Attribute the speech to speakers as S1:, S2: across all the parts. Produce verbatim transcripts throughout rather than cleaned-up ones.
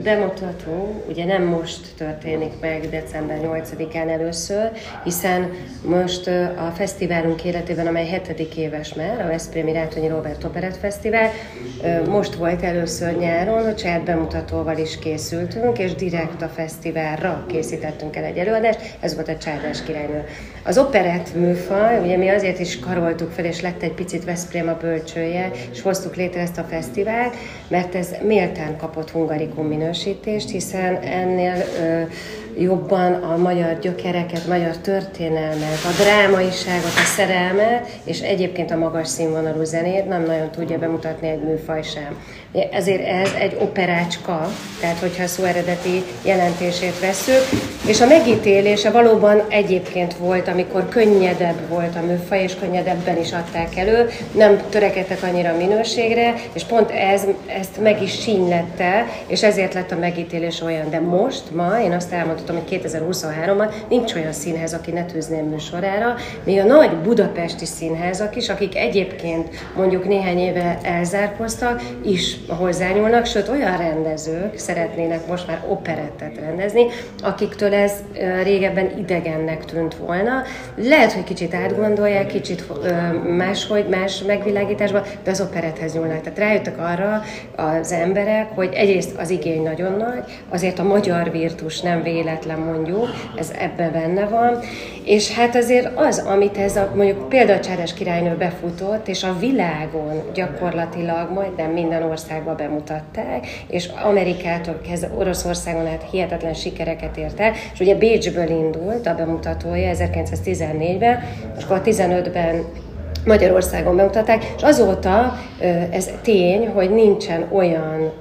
S1: Bemutató ugye nem most történik meg december nyolcadikán először, hiszen most a fesztiválunk életében, amely hetedik éves már, a Veszprémi Rátonyi Róbert Operett Fesztivál, most volt először nyáron, hogy saját bemutatóval is készültünk, és direkt a fesztiválra készítettünk el egy előadást, ez volt a Csárdás királynő. Az operett műfaj, ugye mi azért is karoltuk fel, és lett egy picit Veszprém a bölcsője, és hoztuk létre ezt a fesztivált, mert ez méltán kapott hungarikum minősítést, hiszen ennél ö, jobban a magyar gyökereket, magyar történelmet, a drámaiságot, a szerelmet, és egyébként a magas színvonalú zenét nem nagyon tudja bemutatni egy műfaj sem. Ezért ez egy operácska, tehát hogyha a szó eredeti jelentését vesszük, és a megítélése valóban egyébként volt, amikor könnyedebb volt a műfaj, és könnyedebben is adták elő, nem törekedtek annyira a minőségre, és pont ez, ezt meg is sínylette, és ezért lett a megítélés olyan. De most, ma, én azt elmondhatom, hogy kétezer-huszonháromban nincs olyan színház, aki ne tűzném műsorára, még a nagy budapesti színházak is, akik egyébként mondjuk néhány éve elzárkoztak, is hozzányúlnak, sőt olyan rendezők szeretnének most már operettet rendezni, akiktől ez régebben idegennek tűnt volna. Lehet, hogy kicsit átgondolják, kicsit máshogy, más megvilágításban, de az operethez nyúlnak. Tehát rájöttek arra az emberek, hogy egyrészt az igény nagyon nagy, azért a magyar virtus nem véletlen mondjuk, ez ebben benne van, és hát azért az, amit ez a, mondjuk például a Csárdás királynő befutott, és a világon gyakorlatilag majdnem minden országban bemutatták, és Amerikától kezdve Oroszországon át hihetetlen sikereket ért el, és ugye Bécsből indult a bemutatója ezerkilencszáztizennégyben, és akkor tizenötben Magyarországon bemutatták, és azóta ez tény, hogy nincsen olyan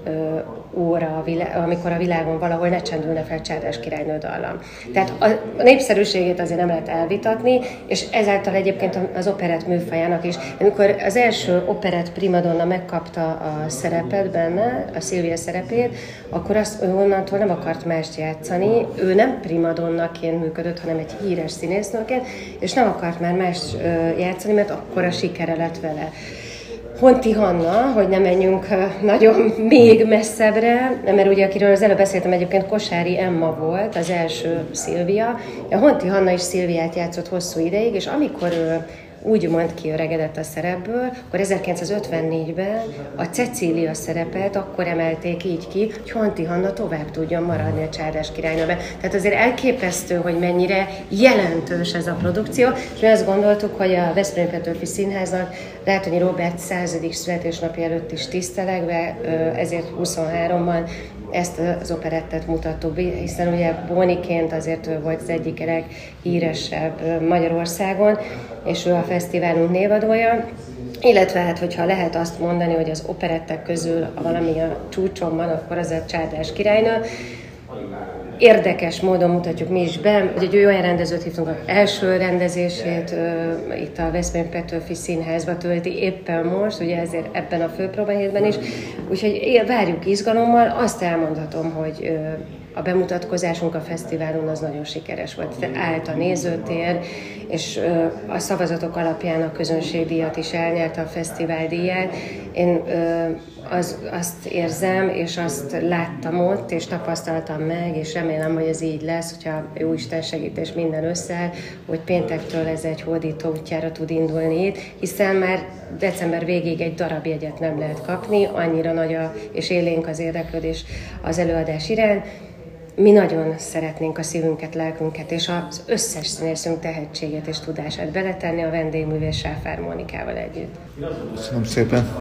S1: óra, amikor a világon valahol ne csendülne fel Csárdás királynő dallam. Tehát a népszerűségét azért nem lehet elvitatni, és ezáltal egyébként az operett műfajának is. Amikor az első operett primadonna megkapta a szerepet benne, a Szilvia szerepét, akkor azt ő onnantól nem akart mást játszani. Ő nem primadonnaként működött, hanem egy híres színésznőként, és nem akart már más játszani, mert akkora sikere lett vele. Honti Hanna, hogy nem menjünk nagyon még messzebbre, mert ugye akiről az előbb beszéltem, egyébként Kosári Emma volt, az első Szilvia. A Honti Hanna is Szilviát játszott hosszú ideig, és amikor ő úgymond kiöregedett a szerepből, akkor ezerkilencszázötvennégyben a Cecília szerepet akkor emelték így ki, hogy Honti Hanna tovább tudjon maradni a Csárdás királynőben. Tehát azért elképesztő, hogy mennyire jelentős ez a produkció, és mi azt gondoltuk, hogy a Veszprémi Petőfi Színháznak Rátonyi Róbert századik születésnapja előtt is tisztelegve, ezért huszonháromban ezt az operettet mutattuk, hiszen ugye Bóniként azért ő volt az egyik leghíresebb Magyarországon, és ő a fesztiválunk névadója. Illetve hát, hogyha lehet azt mondani, hogy az operettek közül valami a csúcson van, akkor az a Csárdás királynő. Érdekes módon mutatjuk mi is be, hogy egy olyan rendezőt hívtunk, az első rendezését ö, itt a Veszprém Petőfi Színházba tölti éppen most, ugye ezért ebben a főpróbahétben is. Úgyhogy várjuk izgalommal, azt elmondhatom, hogy ö, a bemutatkozásunk a fesztiválon az nagyon sikeres volt. Állt a nézőtér, és ö, a szavazatok alapján a közönségdíjat is elnyerte, a fesztivál díját. Én ö, az, azt érzem, és azt láttam ott, és tapasztaltam meg, és remélem, hogy ez így lesz, hogyha Jóisten segít és minden összeáll, hogy péntektől ez egy hódító útjára tud indulni itt, hiszen már december végéig egy darab jegyet nem lehet kapni, annyira nagy a, és élénk az érdeklődés az előadás iránt. Mi nagyon szeretnénk a szívünket, lelkünket és az összes színészünk tehetségét és tudását beletenni a vendégművész Sáfár Mónikával együtt.
S2: Köszönöm szépen!